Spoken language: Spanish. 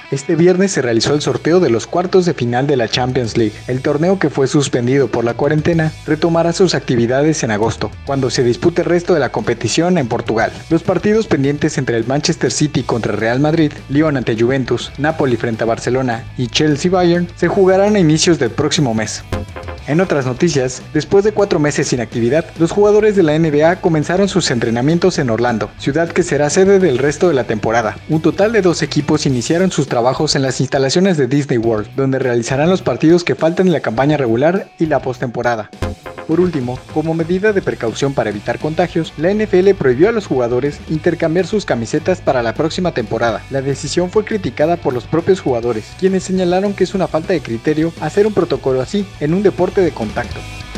Este viernes se realizó el sorteo de los cuartos de final de la Champions League. El torneo, que fue suspendido por la cuarentena, retomará sus actividades en agosto, cuando se dispute el resto de la competición en Portugal. Los partidos pendientes entre el Manchester City contra el Real Madrid, Lyon ante Juventus, Napoli frente a Barcelona y Chelsea-Bayern se jugarán a inicios del próximo mes. En otras noticias, después de 4 meses sin actividad, los jugadores de la NBA comenzaron sus entrenamientos en Orlando, ciudad que será sede del resto de la temporada. Un total de 2 equipos iniciaron sus trabajos en las instalaciones de Disney World, donde realizarán los partidos que faltan en la campaña regular y la postemporada. Por último, como medida de precaución para evitar contagios, la NFL prohibió a los jugadores intercambiar sus camisetas para la próxima temporada. La decisión fue criticada por los propios jugadores, quienes señalaron que es una falta de criterio hacer un protocolo así en un deporte de contacto.